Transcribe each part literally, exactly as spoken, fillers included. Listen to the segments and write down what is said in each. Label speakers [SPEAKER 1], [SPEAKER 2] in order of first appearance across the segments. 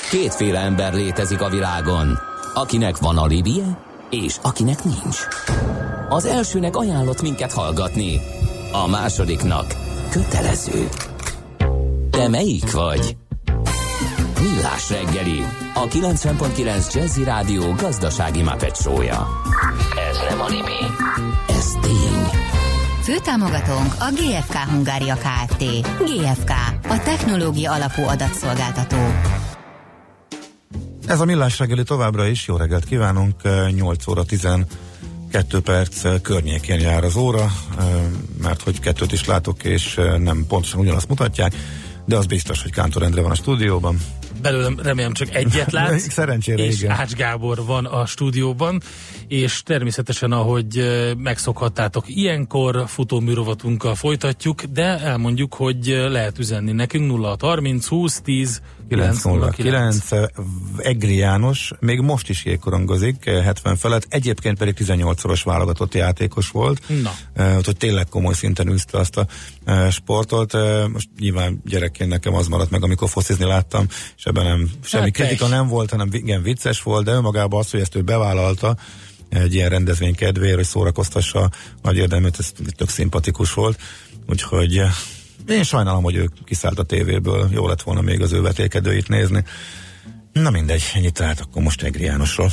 [SPEAKER 1] Kétféle ember létezik a világon, akinek van alibije, és akinek nincs. Az elsőnek ajánlott minket hallgatni, a másodiknak kötelező. Te melyik vagy? Millás reggeli, a kilencven pont kilenc Jazzy Rádió gazdasági Muppet show-ja. Ez nem anime, ez tény.
[SPEAKER 2] Főtámogatónk a gé ef ká Hungária Kft. gé ef ká, a technológia alapú adatszolgáltató.
[SPEAKER 3] Ez a Millás reggeli továbbra is, jó reggelt kívánunk, nyolc óra tizenkettő perc környékén jár az óra, mert hogy kettőt is látok, és nem pontosan ugyanazt mutatják, de az biztos, hogy Kántor Endre van a stúdióban.
[SPEAKER 4] Belőlem remélem csak egyet látsz.
[SPEAKER 3] Szerencsére,
[SPEAKER 4] és
[SPEAKER 3] igen.
[SPEAKER 4] Ács Gábor van a stúdióban, és természetesen, ahogy megszokhattátok, ilyenkor futóműrovatunkkal folytatjuk, de elmondjuk, hogy lehet üzenni nekünk nulla hat harminc húsz tíz
[SPEAKER 3] kilenc nulla kilenc. Egri János még most is jégkorongozik, hetven felett, egyébként pedig tizennyolcszoros válogatott játékos volt,
[SPEAKER 4] Na.
[SPEAKER 3] hogy tényleg komoly szinten űzte azt a sportot. Most nyilván gyerekként nekem az maradt meg, amikor foszizni láttam, és ebben nem, semmi hát kritika tegy. nem volt, hanem igen, vicces volt, de önmagában az, hogy ezt ő bevállalta egy ilyen rendezvény kedvéért, hogy szórakoztassa a nagy érdeműt, ez tök szimpatikus volt, úgyhogy én sajnálom, hogy ő kiszállt a tévéből, jó lett volna még az ő vetélkedőit nézni. Na mindegy, ennyit tehát akkor most Egri Jánosról.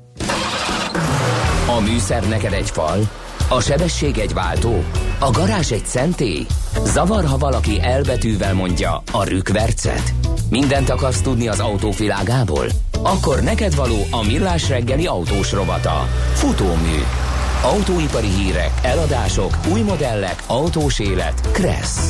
[SPEAKER 1] A műszer neked egy fal, a sebesség egy váltó, a garázs egy szentély. Zavar, ha valaki elbetűvel mondja a rükvercet. Mindent akarsz tudni az autóvilágából? Akkor neked való a Millás reggeli autós rovata. Futómű. Autóipari hírek, eladások, új modellek, autós élet. Kressz.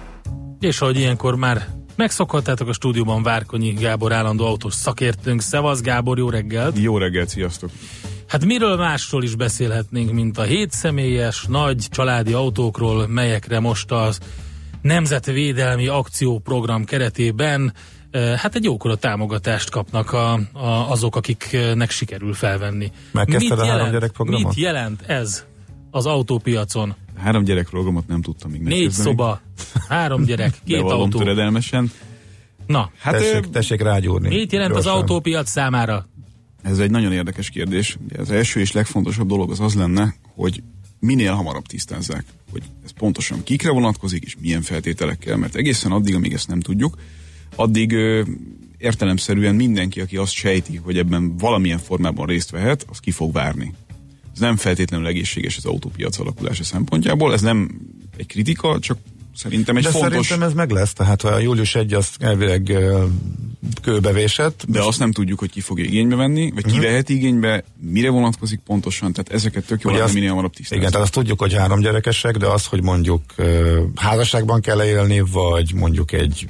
[SPEAKER 4] És ahogy ilyenkor már megszokhattátok, a stúdióban Várkonyi Gábor állandó autós szakértőnk. Szevasz Gábor, jó reggelt!
[SPEAKER 5] Jó reggelt, sziasztok!
[SPEAKER 4] Hát miről másról is beszélhetnénk, mint a hétszemélyes, nagy családi autókról, melyekre most az Nemzetvédelmi Akcióprogram keretében hát egy jókora támogatást kapnak a, a, azok, akiknek sikerül felvenni.
[SPEAKER 3] Megkezdted a három gyerek programot?
[SPEAKER 4] Mit jelent ez az autópiacon?
[SPEAKER 5] A három gyerek programot nem tudtam még
[SPEAKER 4] Négy szoba, három gyerek, két autó.
[SPEAKER 5] töredelmesen.
[SPEAKER 4] Na,
[SPEAKER 3] hát tessék, ö, tessék rágyúrni.
[SPEAKER 4] Mit jelent gyorsan az autópiac számára?
[SPEAKER 5] Ez egy nagyon érdekes kérdés. Az első és legfontosabb dolog az az lenne, hogy minél hamarabb tisztázzák, hogy ez pontosan kikre vonatkozik, és milyen feltételekkel, mert egészen addig, amíg ezt nem tudjuk, addig ö, értelemszerűen mindenki, aki azt sejti, hogy ebben valamilyen formában részt vehet, az ki fog várni. Ez nem feltétlenül egészséges az autópiac alakulása szempontjából, ez nem egy kritika, csak szerintem egy
[SPEAKER 3] de
[SPEAKER 5] fontos...
[SPEAKER 3] De szerintem ez meg lesz, tehát a július elseje az elvileg uh, kőbevésett.
[SPEAKER 5] De most... azt nem tudjuk, hogy ki fogja igénybe venni, vagy ki uh-huh. veheti igénybe, mire vonatkozik pontosan, tehát ezeket tök jól lenne minél hamarabb tisztázni.
[SPEAKER 3] Igen, tehát azt tudjuk, hogy három gyerekesek, de az, hogy mondjuk uh, házasságban kell élni, vagy mondjuk egy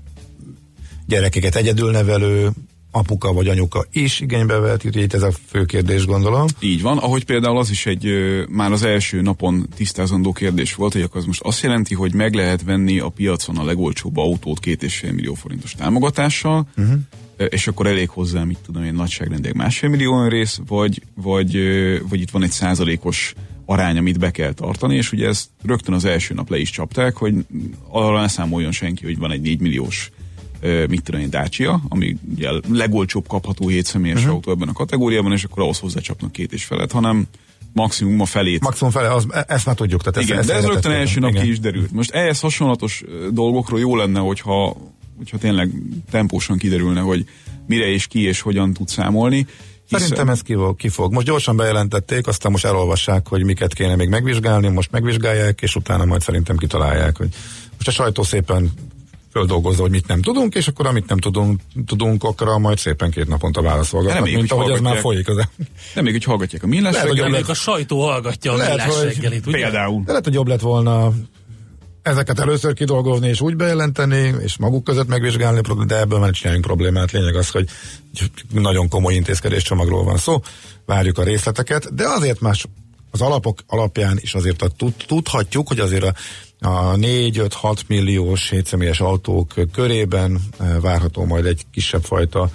[SPEAKER 3] gyerekeket egyedül nevelő apuka vagy anyuka is igénybe veheti, úgyhogy itt ez a fő kérdés, gondolom.
[SPEAKER 5] Így van, ahogy például az is egy ö, már az első napon tisztázandó kérdés volt, hogy akkor az most azt jelenti, hogy meg lehet venni a piacon a legolcsóbb autót két és fél millió forintos támogatással, uh-huh. és akkor elég hozzá, mit tudom én, nagyságrendileg másfél millió rész, vagy, vagy, ö, vagy itt van egy százalékos arány, amit be kell tartani, és ugye ezt rögtön az első nap le is csapták, hogy arra ne számoljon senki, hogy van egy négy milliós mit tudom én, Dacia, ami ugye legolcsóbb kapható hétszemélyes uh-huh. autó ebben a kategóriában, és akkor ahhoz hozzácsapnak két és felet, hanem maximum a felét.
[SPEAKER 3] Maximum fele, az, ezt már tudjuk. Tehát
[SPEAKER 5] igen,
[SPEAKER 3] ezt,
[SPEAKER 5] de ez
[SPEAKER 3] ezt
[SPEAKER 5] rögtön első nap
[SPEAKER 3] igen.
[SPEAKER 5] ki is derült. Most ehhez hasonlatos dolgokról jó lenne, hogyha, hogyha tényleg tempósan kiderülne, hogy mire és ki és hogyan tud számolni. Hiszen...
[SPEAKER 3] Szerintem ez ki fog. Most gyorsan bejelentették, aztán most elolvassák, hogy miket kéne még megvizsgálni, most megvizsgálják, és utána majd szerintem kitalálják, hogy most a sajtó szépen földolgozza, hogy mit nem tudunk, és akkor amit nem tudunk, tudunk okra, majd szépen két naponta válaszolgatnak,
[SPEAKER 5] reméljük,
[SPEAKER 3] mint ahogy ez már folyik. Az
[SPEAKER 5] reméljük, hogy hallgatják a Millás
[SPEAKER 4] reggelit.
[SPEAKER 5] Lehet,
[SPEAKER 4] reméljük, a sajtó hallgatja a Millás reggelit, ugye?
[SPEAKER 5] Például.
[SPEAKER 3] De lehet, hogy jobb lett volna ezeket először kidolgozni és úgy bejelenteni, és maguk között megvizsgálni, de ebből már csináljunk problémát. Lényeg az, hogy nagyon komoly intézkedéscsomagról van szó, várjuk a részleteket, de azért más az alapok alapján is azért a, tud, tudhatjuk, hogy azért a a négy-öt-hat milliós hétszemélyes autók körében várható majd egy kisebb fajta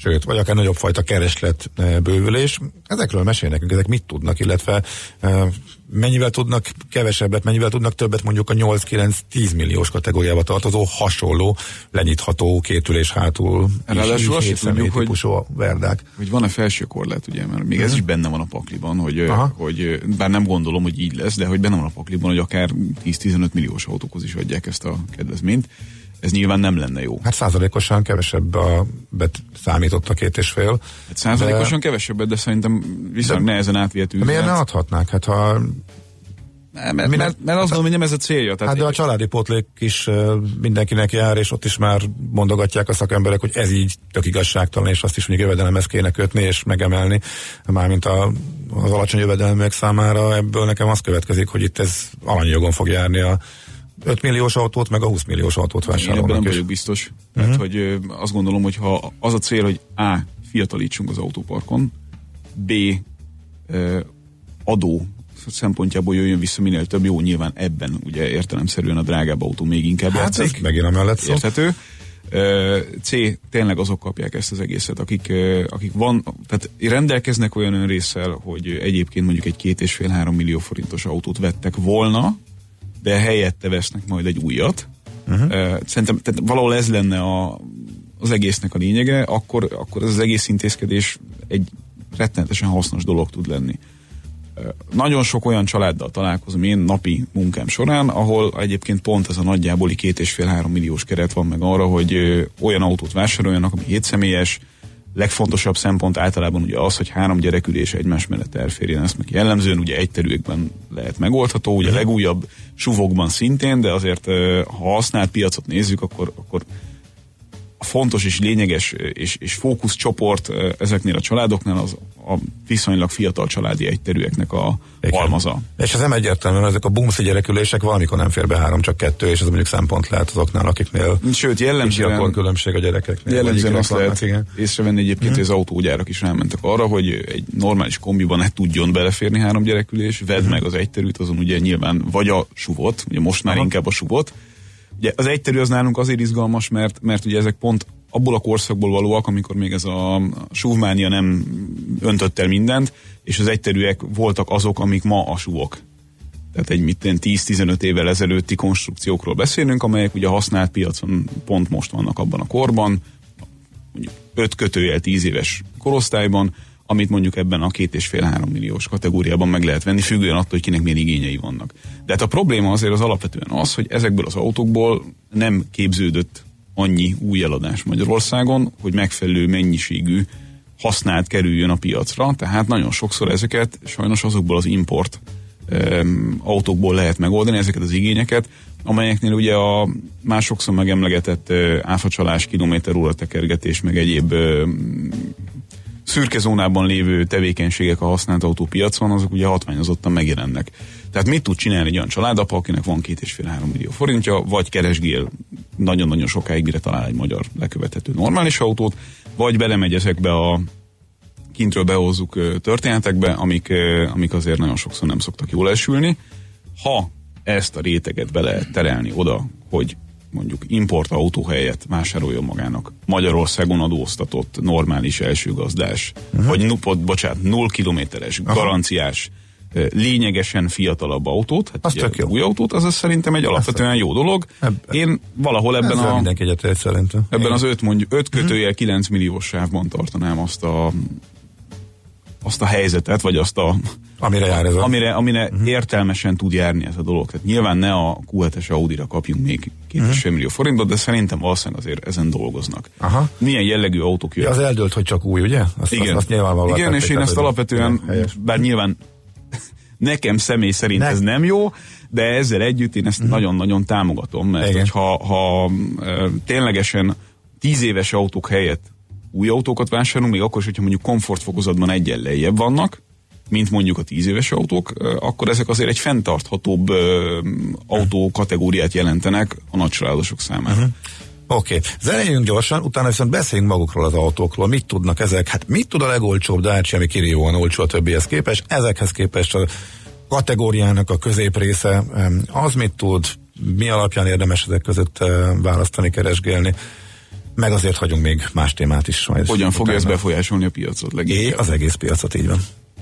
[SPEAKER 3] sőt, vagy akár nagyobb fajta kereslet bővülés. Ezekről mesél nekünk, ezek mit tudnak, illetve mennyivel tudnak kevesebbet, mennyivel tudnak többet mondjuk a nyolc-kilenc-tíz milliós kategóriába tartozó hasonló, lenyitható, kétülés hátul
[SPEAKER 5] ráadásul azt tudjuk,
[SPEAKER 3] típusú
[SPEAKER 5] hogy,
[SPEAKER 3] verdák.
[SPEAKER 5] Hogy van-e felső korlát, ugye, mert még uh-huh. ez is benne van a pakliban, hogy, hogy bár nem gondolom, hogy így lesz, de hogy benne van a pakliban, hogy akár tíz-tizenöt milliós autókhoz is adják ezt a kedvezményt. Ez nyilván nem lenne jó.
[SPEAKER 3] Hát százalékosan kevesebb a bet számított a két és fél.
[SPEAKER 5] Hát százalékosan de... kevesebbet, de szerintem viszont de... nehezen átvihető.
[SPEAKER 3] De miért ne adhatnák? Hát ha...
[SPEAKER 5] Nem, mert, mert, mert azt gondolom, hogy nem ez a célja. Tehát
[SPEAKER 3] hát de a családi pótlék is mindenkinek jár, és ott is már mondogatják a szakemberek, hogy ez így tök igazságtalan, és azt is mondjuk jövedelemhez kéne kötni és megemelni. Mármint a, az alacsony jövedelmek számára ebből nekem az következik, hogy itt ez alanyjogon fog járni a öt milliós autót, meg a húsz milliós autót vásárolnak.
[SPEAKER 5] Én ebben nem vagyok biztos. Uh-huh. Tehát, hogy ö, azt gondolom, hogy ha az a cél, hogy A. fiatalítsunk az autóparkon, B. Ö, adó szempontjából jöjjön vissza minél több, jó, nyilván ebben ugye értelemszerűen a drágább autó még inkább
[SPEAKER 3] hát
[SPEAKER 5] játszik.
[SPEAKER 3] Megint a mellett szó.
[SPEAKER 5] Érthető. C. Tényleg azok kapják ezt az egészet, akik, akik van, tehát rendelkeznek olyan önrésszel, hogy egyébként mondjuk egy két és fél három millió forintos autót vettek volna, de helyette vesznek majd egy újat. Uh-huh. Szerintem tehát valahol ez lenne a, az egésznek a lényege, akkor, akkor ez az egész intézkedés egy rettenetesen hasznos dolog tud lenni. Nagyon sok olyan családdal találkozom én napi munkám során, ahol egyébként pont ez a nagyjáboli két és fél három milliós keret van meg arra, hogy olyan autót vásároljanak, ami hétszemélyes. Legfontosabb szempont általában ugye az, hogy három gyerekülés egymás mellett elférjen, ezt meg jellemzően ugye egyterűekben lehet megoldható, ugye legújabb suvokban szintén, de azért ha használt piacot nézzük, akkor, akkor a fontos és lényeges és, és fókuszcsoport ezeknél a családoknál az a viszonylag fiatal családi egyterűeknek a halmaza. És
[SPEAKER 3] ez nem egyértelműen, ezek a bumszi gyerekülések valamikor nem fér be három, csak kettő, és ez mondjuk szempont lehet azoknál, akiknél
[SPEAKER 5] sőt, jellemzően
[SPEAKER 3] akkor különbség a gyerekeknél.
[SPEAKER 5] Jellemzően azt lehet igen. észrevenni egyébként, hmm. hogy az autógyárak is rámentek arra, hogy egy normális kombiban ne tudjon beleférni három gyerekülés, vedd hmm. meg az egyterűt, azon ugye nyilván vagy a suvot, ugye most már Aha. inkább a suvot. Ugye az egyterű az nálunk azért izgalmas, mert, mert ugye ezek pont abból a korszakból valóak, amikor még ez a suvmánia nem öntött el mindent, és az egyterűek voltak azok, amik ma a suvok. Tehát egy mit tíz-tizenöt évvel ezelőtti konstrukciókról beszélünk, amelyek ugye használt piacon pont most vannak abban a korban, mondjuk öt kötőjel tíz éves korosztályban, amit mondjuk ebben a két és fél három milliós kategóriában meg lehet venni, függően attól, hogy kinek milyen igényei vannak. De hát a probléma azért az alapvetően az, hogy ezekből az autókból nem képződött annyi új eladás Magyarországon, hogy megfelelő mennyiségű használt kerüljön a piacra, tehát nagyon sokszor ezeket sajnos azokból az import um, autókból lehet megoldani, ezeket az igényeket, amelyeknél ugye a már sokszor megemlegetett uh, áfacsalás, kilométeróra tekergetés, meg egyéb uh, szürke zónában lévő tevékenységek a használt autópiacon, azok ugye hatványozottan megjelennek. Tehát mit tud csinálni egy olyan családapa, akinek van két és fél három millió forintja, vagy keresgél nagyon-nagyon sokáig, mire talál egy magyar lekövethető normális autót, vagy belemegy ezekbe a kintről behozzuk történetekbe, amik, amik azért nagyon sokszor nem szoktak jól esülni. Ha ezt a réteget be lehet terelni oda, hogy mondjuk importautó helyett vásároljon magának Magyarországon adóztatott normális elsőgazdás, uh-huh. vagy nupot, bocsánat, null kilométeres, Aha. garanciás, lényegesen fiatalabb autót, hát ugye, új autót, az szerintem egy alapvetően jó dolog. Ebben. Én valahol ebben a
[SPEAKER 3] mindenki egyetért szerintem.
[SPEAKER 5] Ebben Én. az öt mondjuk öt kötőjel kilenc milliós sávban tartanám azt a azt a helyzetet, vagy azt a
[SPEAKER 3] amire jár ez a...
[SPEAKER 5] amire, amire uh-huh. értelmesen tud járni ez a dolog. Tehát nyilván ne a kú hetes Audira kapjunk még két és fél uh-huh. millió forintot, de szerintem valószínűleg azért ezen dolgoznak. Aha. Milyen jellegű autók jönnek?
[SPEAKER 3] Ja, az eldőlt, hogy csak új, ugye? Azt,
[SPEAKER 5] igen,
[SPEAKER 3] azt, azt
[SPEAKER 5] igen és én ezt alapvetően, bár nyilván nekem személy szerint ne. ez nem jó, de ezzel együtt én ezt uh-huh. nagyon-nagyon támogatom, mert hogyha ha, e, ténylegesen tíz éves autók helyett új autókat vásárolunk, még akkor is, hogyha mondjuk komfortfokozatban egyen lejjebb vannak, mint mondjuk a tíz éves autók, akkor ezek azért egy fenntarthatóbb uh, autó kategóriát jelentenek a nagycsaládosok számára. Uh-huh.
[SPEAKER 3] Oké, okay. Zenéljünk gyorsan, utána viszont beszéljünk magukról az autókról. Mit tudnak ezek? Hát mit tud a legolcsóbb Dacia, ami kirívóan olcsó a többihez képest? Ezekhez képest a kategóriának a középrésze, az mit tud? Mi alapján érdemes ezek között választani, keresgélni? meg azért hagyunk még más témát is. Majd
[SPEAKER 5] hogyan fogja ez befolyásolni a piacot leginkább?
[SPEAKER 3] É, az egész piacot, így van.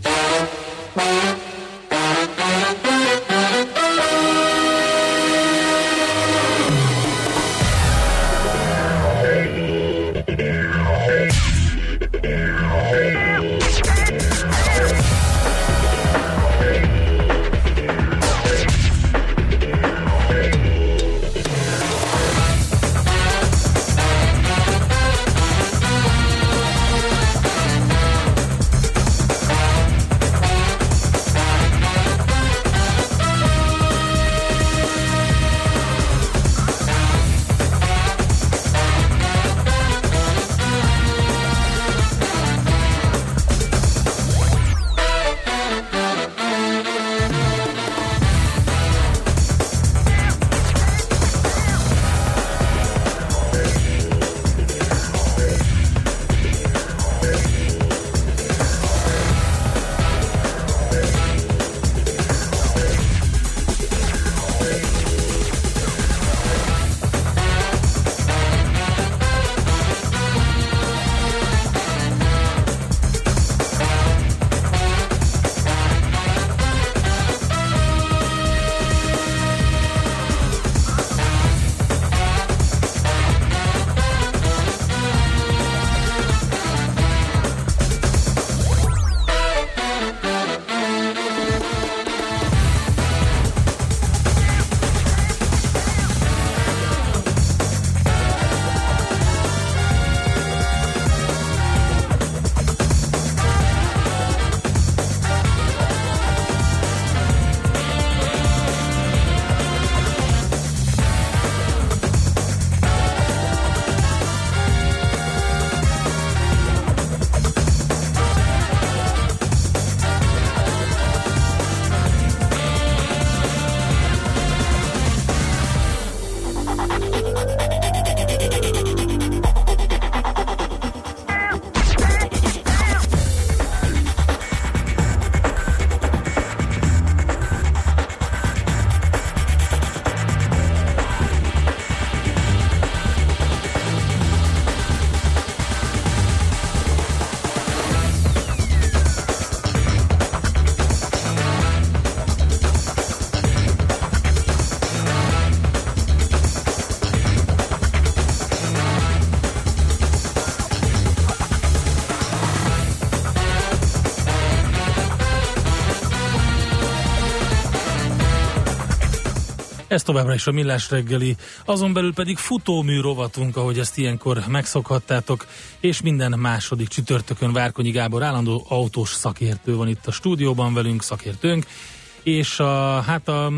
[SPEAKER 4] Ez továbbra is a Millás reggeli, azon belül pedig futómű rovatunk, ahogy ezt ilyenkor megszokhattátok, és minden második csütörtökön Várkonyi Gábor állandó autós szakértő van itt a stúdióban velünk, szakértőnk, és a, hát a,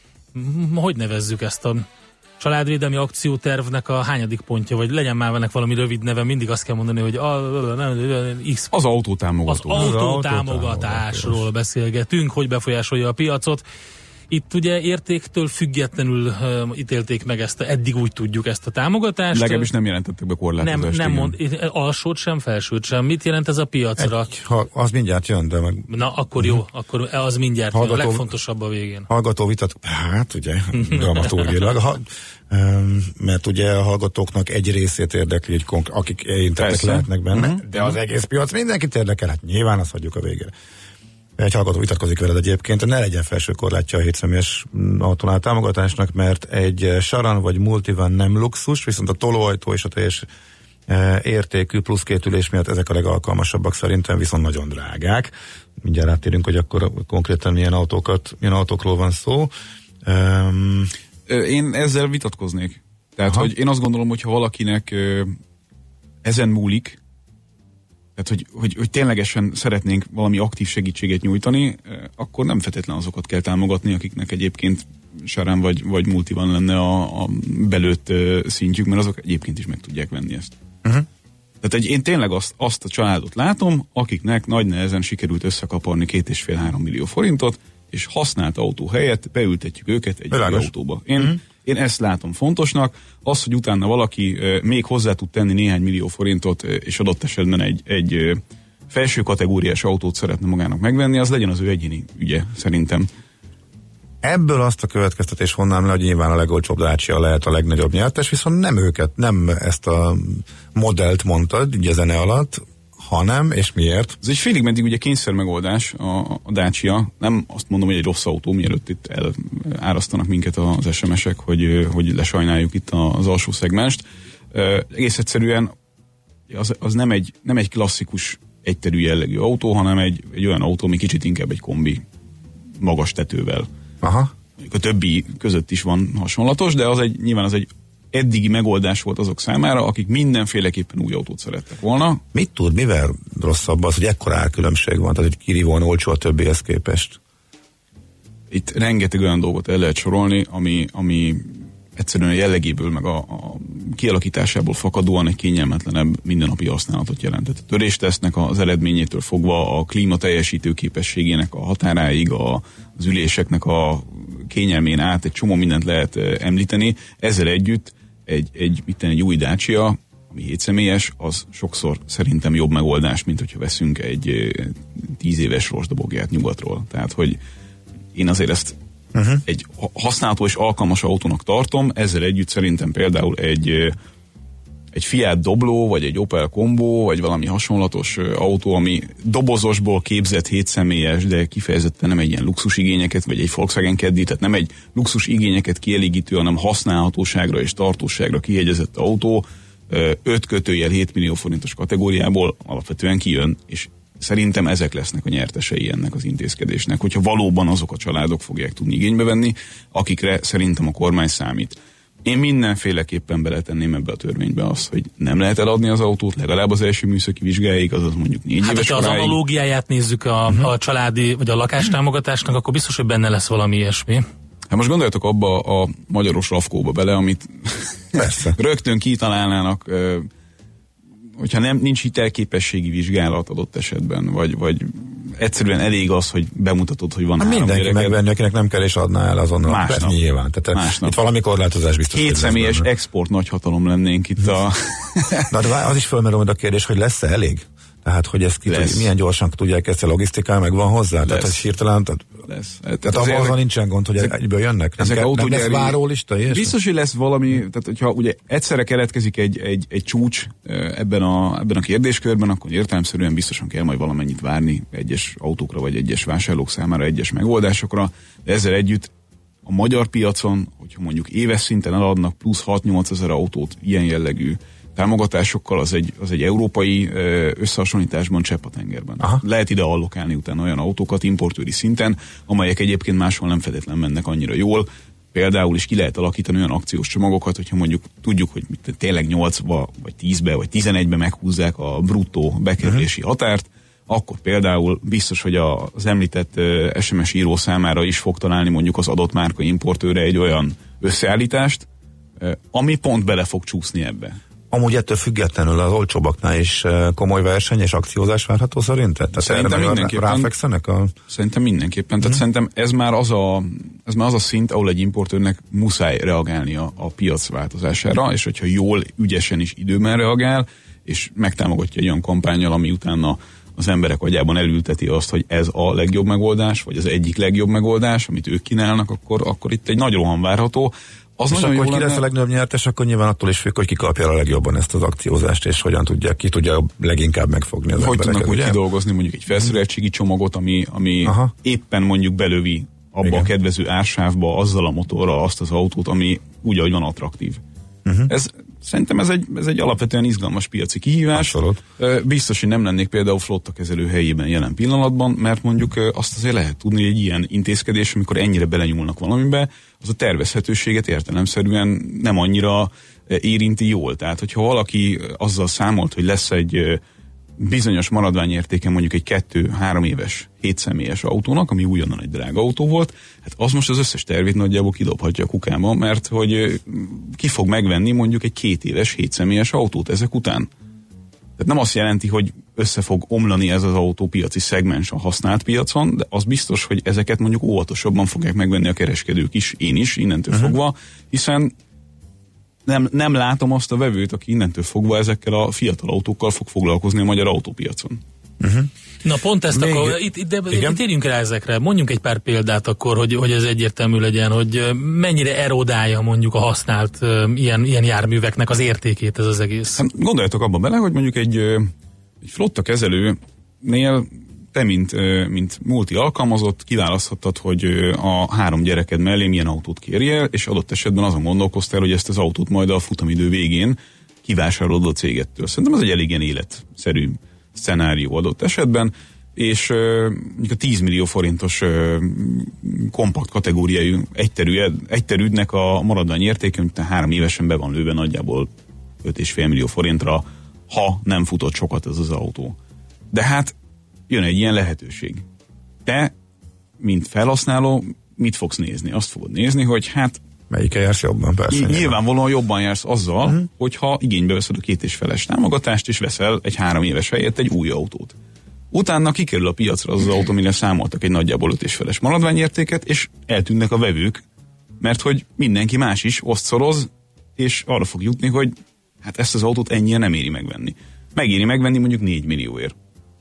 [SPEAKER 4] hogy nevezzük ezt a családvédelmi akciótervnek a hányadik pontja, vagy legyen már ennek valami rövid neve, mindig azt kell mondani, hogy a, X,
[SPEAKER 5] az autótámogató.
[SPEAKER 4] Az autótámogatásról beszélgetünk, hogy befolyásolja a piacot. Itt ugye értéktől függetlenül uh, ítélték meg ezt, eddig úgy tudjuk ezt a támogatást.
[SPEAKER 5] Legalábbis nem jelentettek be korlátozást.
[SPEAKER 4] Nem, nem mond, alsót sem, felsőt sem. Mit jelent ez a piacra?
[SPEAKER 3] Egy, ha, az mindjárt jön, de meg...
[SPEAKER 4] Na, akkor jó, akkor az mindjárt hallgató, jön, a legfontosabb a végén.
[SPEAKER 3] Hallgató vitat, hát ugye, dramaturgilag, ha, um, mert ugye a hallgatóknak egy részét érdekli, hogy konk- akik érintettek lehetnek benne, uh-huh. de az egész piac mindenkit érdekel, hát nyilván azt hagyjuk a végére. Egy hallgató vitatkozik veled egyébként, ne legyen felső korlátja a hétszemélyes autónál támogatásnak, mert egy Charan vagy Multivan nem luxus, viszont a tolóajtó és a teljes e, értékű plusz két ülés miatt ezek a legalkalmasabbak szerintem, viszont nagyon drágák. Mindjárt rátérünk, hogy akkor konkrétan milyen autókat, milyen autókról van szó. Um,
[SPEAKER 5] én ezzel vitatkoznék. Tehát, aha. hogy én azt gondolom, hogy ha valakinek ezen múlik, tehát, hogy, hogy, hogy ténylegesen szeretnénk valami aktív segítséget nyújtani, akkor nem feltétlenül azokat kell támogatni, akiknek egyébként Charan vagy, vagy Multivan lenne a, a belőtt szintjük, mert azok egyébként is meg tudják venni ezt. Uh-huh. Tehát egy, én tényleg azt, azt a családot látom, akiknek nagy nehezen sikerült összekaparni két és fél három millió forintot, és használt autó helyett beültetjük őket egy autóba. Én, uh-huh. én ezt látom fontosnak. Az, hogy utána valaki uh, még hozzá tud tenni néhány millió forintot, uh, és adott esetben egy, egy uh, felső kategóriás autót szeretne magának megvenni, az legyen az ő egyéni ügye, szerintem.
[SPEAKER 3] Ebből azt a következtetés vonnám le, hogy nyilván a legolcsóbb Dacia lehet a legnagyobb nyertes, viszont nem őket, nem ezt a modellt mondtad, ugye zene alatt, hanem, és miért?
[SPEAKER 5] Ez egy félig meddig ugye kényszer megoldás a, a Dacia. Nem azt mondom, hogy egy rossz autó, mielőtt itt elárasztanak minket az es em esek, hogy, hogy lesajnáljuk itt az alsó szegmenst. Egész egyszerűen az, az nem, egy, nem egy klasszikus egyterű jellegű autó, hanem egy, egy olyan autó, ami kicsit inkább egy kombi magas tetővel.
[SPEAKER 3] Aha.
[SPEAKER 5] A többi között is van hasonlatos, de az egy, nyilván az egy eddigi megoldás volt azok számára, akik mindenféleképpen új autót szerettek volna.
[SPEAKER 3] Mit tud, mivel rosszabb az, hogy ekkora árkülönbség van, tehát hogy kirívóan olcsó a többihez képest?
[SPEAKER 5] Itt rengeteg olyan dolgot el lehet sorolni, ami, ami egyszerűen a jellegéből, meg a, a kialakításából fakadóan egy kényelmetlenebb mindennapi használatot jelentett. A töréstesznek az eredményétől fogva a klíma teljesítő képességének a határáig, a, az üléseknek a kényelmén át egy csomó mindent lehet említeni. Ezzel együtt egy, egy, itt egy új Dacia, ami hétszemélyes, az sokszor szerintem jobb megoldás, mint hogyha veszünk egy tíz éves rostdobogját nyugatról. Tehát, hogy én azért ezt uh-huh. egy használható és alkalmas autónak tartom, ezzel együtt szerintem például egy, egy Fiat Dobló, vagy egy Opel Combo, vagy valami hasonlatos autó, ami dobozosból képzett hétszemélyes, de kifejezetten nem egy ilyen luxus igényeket, vagy egy Volkswagen Caddy, tehát nem egy luxus igényeket kielégítő, hanem használhatóságra és tartóságra kihegyezett autó, öt kötőjel hét millió forintos kategóriából alapvetően kijön, és szerintem ezek lesznek a nyertesei ennek az intézkedésnek, hogyha valóban azok a családok fogják tudni igénybe venni, akikre szerintem a kormány számít. Én mindenféleképpen beletenném ebbe a törvénybe azt, hogy nem lehet eladni az autót, legalább az első műszaki vizsgáig, azaz mondjuk négy
[SPEAKER 4] hát,
[SPEAKER 5] éves
[SPEAKER 4] koráig. Hát, ha az analógiáját nézzük a, uh-huh. a családi vagy a lakástámogatásnak, akkor biztos, hogy benne lesz valami ilyesmi.
[SPEAKER 5] Hát most gondoljatok abba a magyaros rafkóba bele, amit rögtön kitalálnának, hogyha nem, nincs hitelképességi vizsgálat adott esetben, vagy, vagy egyszerűen elég az, hogy bemutatod, hogy van
[SPEAKER 3] hát
[SPEAKER 5] három
[SPEAKER 3] mindenki
[SPEAKER 5] gyereked.
[SPEAKER 3] Megvenni, akinek nem kell és adná el azonnal.
[SPEAKER 5] Másnap.
[SPEAKER 3] Nyilván. Tehát
[SPEAKER 5] Másnap.
[SPEAKER 3] Itt valami korlátozás biztos.
[SPEAKER 5] Két személyes export nagyhatalom lennénk itt a...
[SPEAKER 3] Na, de az is fölmerül a kérdés, hogy lesz-e elég? Tehát, hogy ezt ki tud, milyen gyorsan tudják ezt a logisztikán, meg van hozzá? Lesz. Tehát, hogy hirtelen... Tehát,
[SPEAKER 5] lesz.
[SPEAKER 3] Tehát abban azon nincsen gond, hogy ezek, egyből jönnek? Nem, kell, nem lesz várólista?
[SPEAKER 5] Biztos, hogy lesz valami, tehát hogyha ugye egyszerre keletkezik egy, egy, egy csúcs ebben a, ebben a kérdéskörben, akkor értelemszerűen biztosan kell majd valamennyit várni egyes autókra, vagy egyes vásárlók számára, egyes megoldásokra, de ezzel együtt a magyar piacon, hogyha mondjuk éves szinten eladnak plusz hat-nyolc ezer autót ilyen jellegű támogatásokkal, az egy, az egy európai összehasonlításban csepp a tengerben. Aha. Lehet ide allokálni utána olyan autókat importőri szinten, amelyek egyébként máshol nem feltétlenül mennek annyira jól. Például is ki lehet alakítani olyan akciós csomagokat, hogyha mondjuk tudjuk, hogy tényleg nyolcba, vagy tízbe, vagy tizenegybe meghúzzák a bruttó bekerülési uh-huh. határt, akkor például biztos, hogy az említett es em es író számára is fog találni mondjuk az adott márka importőre egy olyan összeállítást, ami pont bele fog csúszni ebbe.
[SPEAKER 3] Amúgy ettől függetlenül az olcsóbbaknál is komoly verseny és akciózás várható szerinted? Tehát
[SPEAKER 5] szerintem mindenképpen.
[SPEAKER 3] Ráfekszenek a...
[SPEAKER 5] Szerintem mindenképpen. Tehát hmm. szerintem ez már, az a, ez már az a szint, ahol egy importőrnek muszáj reagálnia a piac változására, és hogyha jól, ügyesen is időben reagál, és megtámogatja egy olyan kampánnyal, ami utána az emberek agyában elülteti azt, hogy ez a legjobb megoldás, vagy az egyik legjobb megoldás, amit ők kínálnak, akkor, akkor itt egy nagy roham várható. Az
[SPEAKER 3] és akkor, hogy ki lesz a legnagyobb nyertes, akkor nyilván attól is függ, hogy ki kapja a legjobban ezt az akciózást, és hogyan tudja, ki tudja leginkább megfogni az
[SPEAKER 5] hogy
[SPEAKER 3] embereket.
[SPEAKER 5] Hogy tudnak úgy kidolgozni mondjuk egy felszereltségi csomagot, ami, ami éppen mondjuk belövi abba igen. a kedvező ársávba azzal a motorral azt az autót, ami úgy, ahogy van attraktív. Uh-huh. Ez, szerintem ez egy, ez egy alapvetően izgalmas piaci kihívás. Abszolút. Biztos, hogy nem lennék például flottakezelő helyében jelen pillanatban, mert mondjuk azt azért lehet tudni, hogy egy ilyen intézkedés, amikor ennyire belenyúlnak valamibe, az a tervezhetőséget értelemszerűen nem annyira érinti jól. Tehát, hogyha valaki azzal számolt, hogy lesz egy bizonyos maradványértéken mondjuk egy kettő-három éves hétszemélyes autónak, ami újonnan egy drága autó volt, hát az most az összes tervét nagyjából kidobhatja a kukába, mert hogy ki fog megvenni mondjuk egy két éves hétszemélyes autót ezek után. Tehát nem azt jelenti, hogy össze fog omlani ez az autópiaci szegmens a használt piacon, de az biztos, hogy ezeket mondjuk óvatosabban fogják megvenni a kereskedők is, én is, innentől uh-huh. fogva, hiszen nem, nem látom azt a vevőt, aki innentől fogva ezekkel a fiatal autókkal fog foglalkozni a magyar autópiacon.
[SPEAKER 3] Uh-huh.
[SPEAKER 4] Na pont ezt
[SPEAKER 3] Még,
[SPEAKER 4] akkor, itt, itt, itt térjünk rá ezekre, mondjunk egy pár példát akkor, hogy, hogy ez egyértelmű legyen, hogy mennyire erodálja mondjuk a használt uh, ilyen, ilyen járműveknek az értékét ez az egész.
[SPEAKER 5] Hát gondoljatok abba bele, hogy mondjuk egy, egy flotta kezelőnél te, mint, mint multi alkalmazott, kiválaszthattad, hogy a három gyereked mellé milyen autót kérjél, és adott esetben azon gondolkoztál, hogy ezt az autót majd a futamidő végén kivásárolod a cégettől. Szerintem ez egy elég ilyen életszerű szenárió adott esetben, és mondjuk a tíz millió forintos kompakt kategóriájú egyterű, egyterűdnek a maradvány értéke, mint három évesen be van lőve nagyjából öt egész öt millió forintra, ha nem futott sokat ez az autó. De hát jön egy ilyen lehetőség. Te, mint felhasználó, mit fogsz nézni? Azt fogod nézni, hogy hát
[SPEAKER 3] melyikkel jársz jobban, persze.
[SPEAKER 5] Nyilvánvalóan jobban jársz azzal, uh-huh. hogyha igénybe veszed a két és feles támogatást, és veszel egy három éves helyett egy új autót. Utána kikerül a piacra az az autó, mire számoltak egy nagyjából öt és feles maradványértéket, és eltűnnek a vevők, mert hogy mindenki más is osztszoroz, és arra fog jutni, hogy hát ezt az autót ennyien nem éri megvenni. Megéri megvenni mondjuk négy millióért.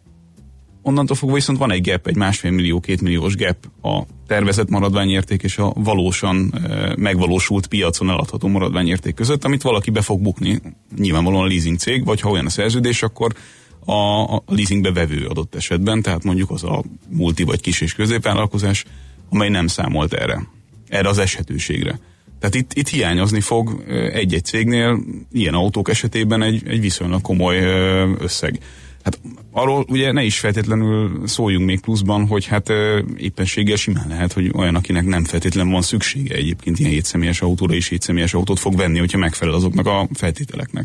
[SPEAKER 5] Onnantól fogva viszont van egy gap, egy másfél millió, két milliós gap a tervezett maradványérték és a valósan e, megvalósult piacon eladható maradványérték között, amit valaki be fog bukni, nyilvánvalóan a leasing cég, vagy ha olyan a szerződés, akkor a, a leasingbe vevő adott esetben, tehát mondjuk az a multi vagy kis és középvállalkozás, amely nem számolt erre, erre az eshetőségre. Tehát itt, itt hiányozni fog egy-egy cégnél ilyen autók esetében egy, egy viszonylag komoly összeg. Hát arról ugye ne is feltétlenül szóljunk még pluszban, hogy hát e, éppenséggel simán lehet, hogy olyan, akinek nem feltétlenül van szüksége egyébként ilyen hétszemélyes autóra is hétszemélyes autót fog venni, hogyha megfelel azoknak a feltételeknek.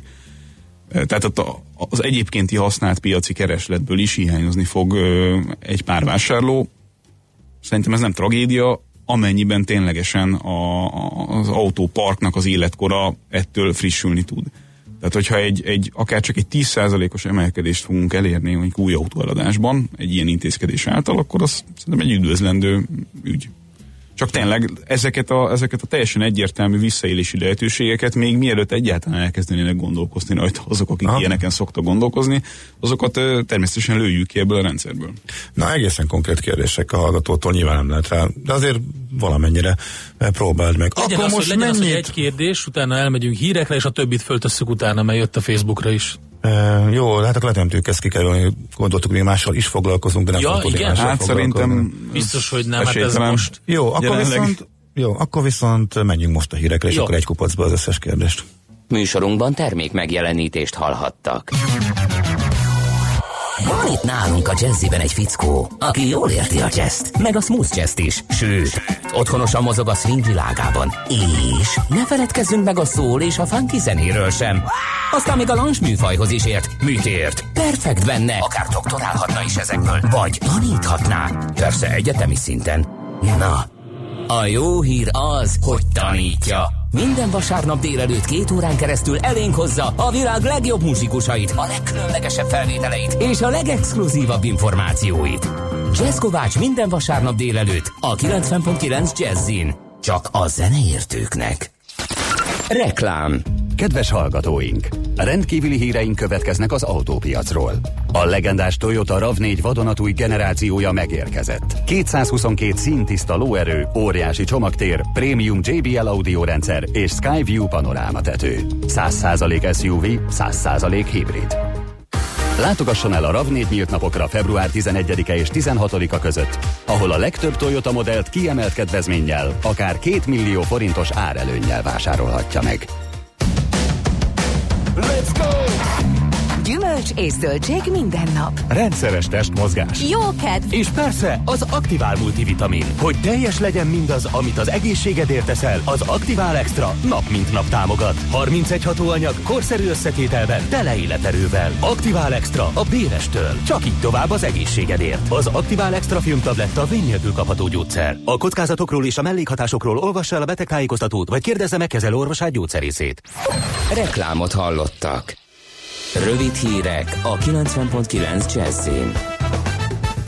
[SPEAKER 5] E, tehát a, az egyébkénti használt piaci keresletből is hiányozni fog e, egy pár vásárló. Szerintem ez nem tragédia, amennyiben ténylegesen a, a, az autóparknak az életkora ettől frissülni tud. Tehát, hogyha egy, egy, akár csak egy tíz százalékos emelkedést fogunk elérni mondjuk új autóeladásban, egy ilyen intézkedés által, akkor az szerintem egy üdvözlendő ügy. Csak tényleg ezeket a, ezeket a teljesen egyértelmű visszaélési lehetőségeket még mielőtt egyáltalán elkezdenének gondolkozni rajta azok, akik Aha. ilyeneken szoktak gondolkozni, azokat ö, természetesen lőjük ki ebből a rendszerből.
[SPEAKER 3] Na, egészen konkrét kérdések a hallgatótól nyilván nem lehet rá, de azért valamennyire próbáld meg.
[SPEAKER 4] Legyen
[SPEAKER 3] Akkor
[SPEAKER 4] az,
[SPEAKER 3] most
[SPEAKER 4] legyen
[SPEAKER 3] mennyit...
[SPEAKER 4] az, hogy egy kérdés, utána elmegyünk hírekre, és a többit föltesszük utána, mert jött a Facebookra is.
[SPEAKER 3] E, jó, hát akkor letemtük ezt kikerülni, gondoltuk, hogy mással is foglalkozunk, de nem
[SPEAKER 4] ja,
[SPEAKER 3] fogunk
[SPEAKER 4] igen?
[SPEAKER 5] Hát szerintem
[SPEAKER 4] biztos, hogy nem, hát ez most.
[SPEAKER 3] Jó, akkor viszont, jó, akkor viszont menjünk most a hírekre, és jó. Akkor egy kupacba az összes kérdést.
[SPEAKER 1] Műsorunkban termék megjelenítést hallhattak. Van itt nálunk a Jazziben egy fickó, aki jól érti a jazzt, meg a smooth jazzt is, sőt, otthonosan mozog a swing világában. És ne feledkezzünk meg a soul és a funky zenéről sem. Aztán még a lounge műfajhoz is ért. Mit ért? Perfekt benne, akár doktorálhatna is ezekből, vagy taníthatná. Persze egyetemi szinten. Na, a jó hír az, hogy tanítja. Minden vasárnap délelőtt két órán keresztül elénk hozza a világ legjobb muzsikusait, a legkülönlegesebb felvételeit és a legexkluzívabb információit. Jazz Kovács minden vasárnap délelőtt a kilencven pont kilenc Jazzin. Csak a zeneértőknek. Reklám.
[SPEAKER 6] Kedves hallgatóink! Rendkívüli híreink következnek az autópiacról. A legendás Toyota rav négy vadonatúj generációja megérkezett. kétszázhuszonkét színtiszta lóerő, óriási csomagtér, prémium jé bé el audiorendszer és Skyview panorámatető. száz százalék es u vé, száz százalék hibrid. Látogasson el a rav négy nyílt napokra február tizenegyedike és tizenhatodika között, ahol a legtöbb Toyota modellt kiemelt kedvezménnyel, akár két millió forintos árelőnnyel vásárolhatja meg.
[SPEAKER 7] Let's go! Gyümölcs és zöldség minden nap.
[SPEAKER 8] Rendszeres testmozgás.
[SPEAKER 7] Jó kedv!
[SPEAKER 8] És persze az Aktivál multivitamin. Hogy teljes legyen mindaz, amit az egészségedért teszel, az Aktivál Extra nap mint nap támogat. harmincegy hatóanyag, korszerű összetételben, tele életerővel. Aktivál Extra a Bérestől. Csak így tovább az egészségedért. Az Aktivál Extra filmtabletta vény nélkül kapható gyógyszer. A kockázatokról és a mellékhatásokról olvassa el a betegtájékoztatót, vagy kérdezze meg kezelőorvosát, gyógyszerészét.
[SPEAKER 1] Reklámot hallottak. Rövid hírek a kilencven pont kilenc Jazzin.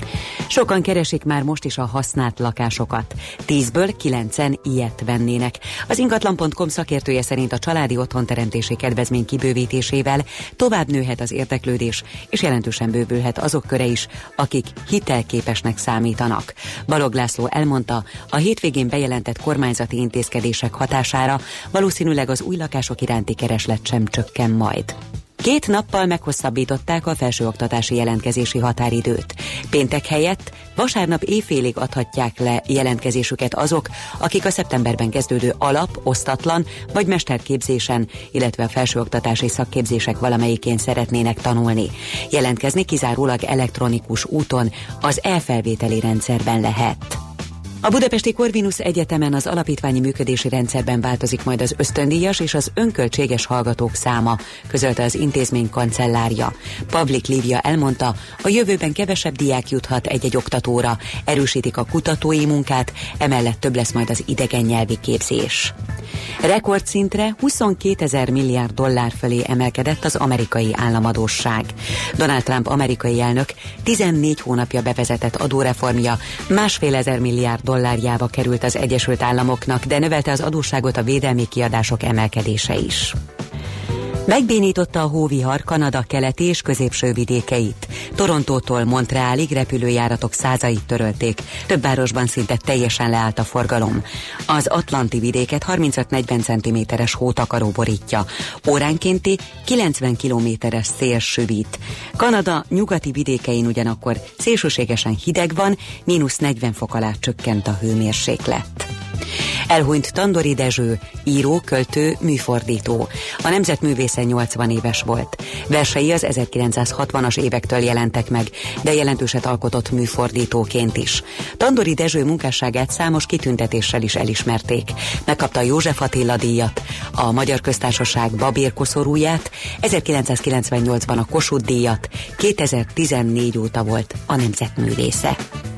[SPEAKER 9] Sokan keresik már most is a használt lakásokat. Tízből kilencen ilyet vennének. Az ingatlan pont com szakértője szerint a családi otthonteremtési kedvezmény kibővítésével tovább nőhet az érdeklődés, és jelentősen bővülhet azok köre is, akik hitelképesnek számítanak. Balogh László elmondta, a hétvégén bejelentett kormányzati intézkedések hatására valószínűleg az új lakások iránti kereslet sem csökken majd. Két nappal meghosszabbították a felsőoktatási jelentkezési határidőt. Péntek helyett vasárnap éjfélig adhatják le jelentkezésüket azok, akik a szeptemberben kezdődő alap, osztatlan vagy mesterképzésen, illetve a felsőoktatási szakképzések valamelyikén szeretnének tanulni. Jelentkezni kizárólag elektronikus úton, az e-felvételi rendszerben lehet. A Budapesti Corvinus Egyetemen az alapítványi működési rendszerben változik majd az ösztöndíjas és az önköltséges hallgatók száma, közölte az intézmény kancellárja. Pavlik Lívia elmondta, a jövőben kevesebb diák juthat egy-egy oktatóra, erősítik a kutatói munkát, emellett több lesz majd az idegen nyelvi képzés. Rekordszintre huszonkétezer milliárd dollár fölé emelkedett az amerikai államadósság. Donald Trump amerikai elnök tizennégy hónapja bevezetett adóreformja másfél ezer milliárd dollárjába került az Egyesült Államoknak, de növelte az adósságot a védelmi kiadások emelkedése is. Megbénította a hóvihar Kanada keleti és középső vidékeit. Torontótól Montrealig repülőjáratok százait törölték. Több városban szinte teljesen leállt a forgalom. Az Atlanti vidéket harmincöt-negyven centiméteres hótakaró borítja. Óránkénti kilencven kilométeres szél süvít. Kanada nyugati vidékein ugyanakkor szélsőségesen hideg van, mínusz negyven fok alá csökkent a hőmérséklet. Elhunyt Tandori Dezső, író, költő, műfordító. A nemzetművésze nyolcvan éves volt. Versei az ezerkilencszázhatvanas évektől jelentek meg, de jelentőset alkotott műfordítóként is. Tandori Dezső munkásságát számos kitüntetéssel is elismerték. Megkapta a József Attila díjat, a Magyar Köztársaság Babér koszorúját, ezerkilencszázkilencvennyolcban a Kossuth díjat, kétezer-tizennégy óta volt a nemzetművésze.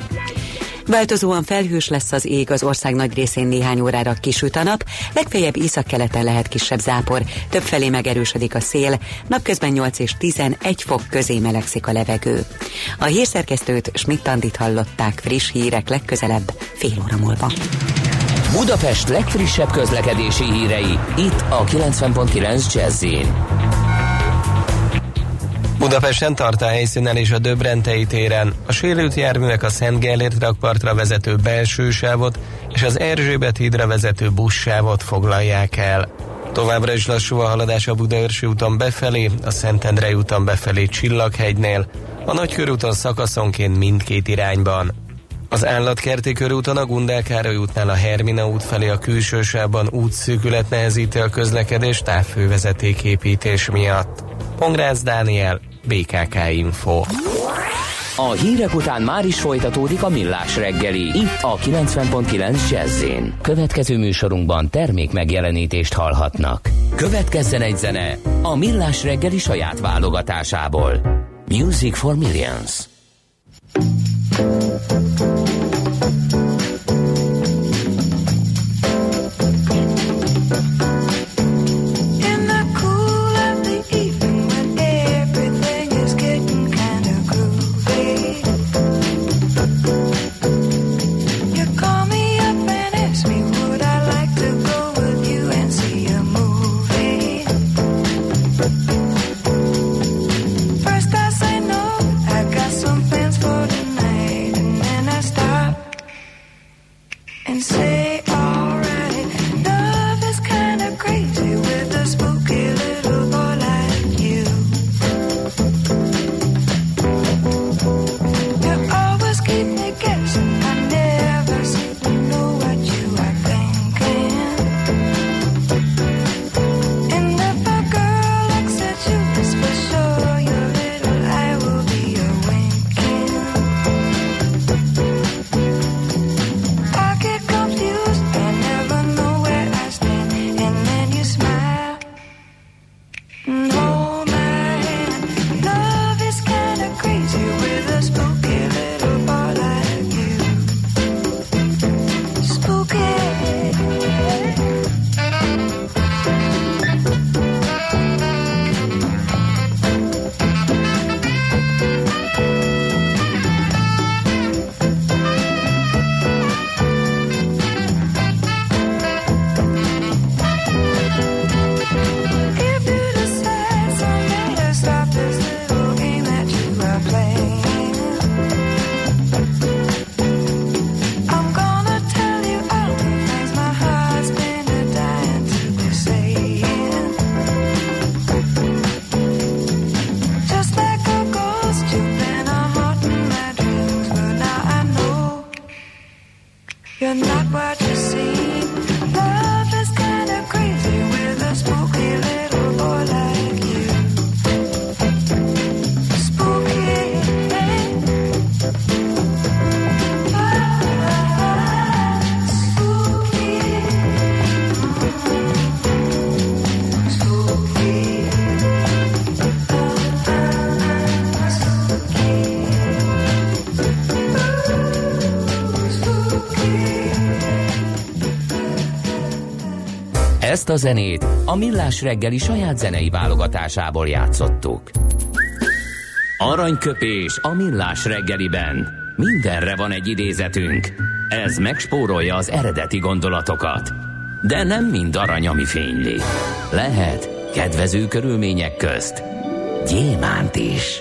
[SPEAKER 9] Változóan felhős lesz az ég, az ország nagy részén néhány órára kisüt a nap, legfeljebb északkeleten lehet kisebb zápor, többfelé megerősödik a szél, napközben nyolc és tizenegy fok közé melegszik a levegő. A hírszerkesztőt, Schmidt-Andit hallották, friss hírek legközelebb fél óra múlva.
[SPEAKER 1] Budapest legfrissebb közlekedési hírei, itt a kilencven pont kilenc Jazz-in.
[SPEAKER 10] Budapesten tart a helyszínen és a Döbrentei téren. A sérült járművek a Szent Gellért rakpartra vezető belső sávot és az Erzsébet hídra vezető buszsávot foglalják el. Továbbra is lassú a haladás a Budaörsi úton befelé, a Szentendrei úton befelé Csillaghegynél, a Nagykörúton szakaszonként mindkét irányban. Az Állatkerti körúton a Gundel Károly útnál a Hermina út felé a külső sávban útszűkület nehezíti a közlekedést távfővezetéképítés miatt. Pongrácz Dániel, bé ká ká Info.
[SPEAKER 1] A hírek után már is folytatódik a Millás reggeli, itt a kilencven pont kilenc Jazz-in. Következő műsorunkban termék megjelenítést hallhatnak. Következzen egy zene a Millás reggeli saját válogatásából. Music for Millions.
[SPEAKER 11] First I say no, I got some plans for tonight, and then I
[SPEAKER 1] Ezt a zenét a Millás reggeli saját zenei válogatásából játszottuk. Aranyköpés a Millás reggeliben. Mindenre van egy idézetünk. Ez megspórolja az eredeti gondolatokat. De nem mind arany, ami fényli. Lehet kedvező körülmények közt gyémánt is.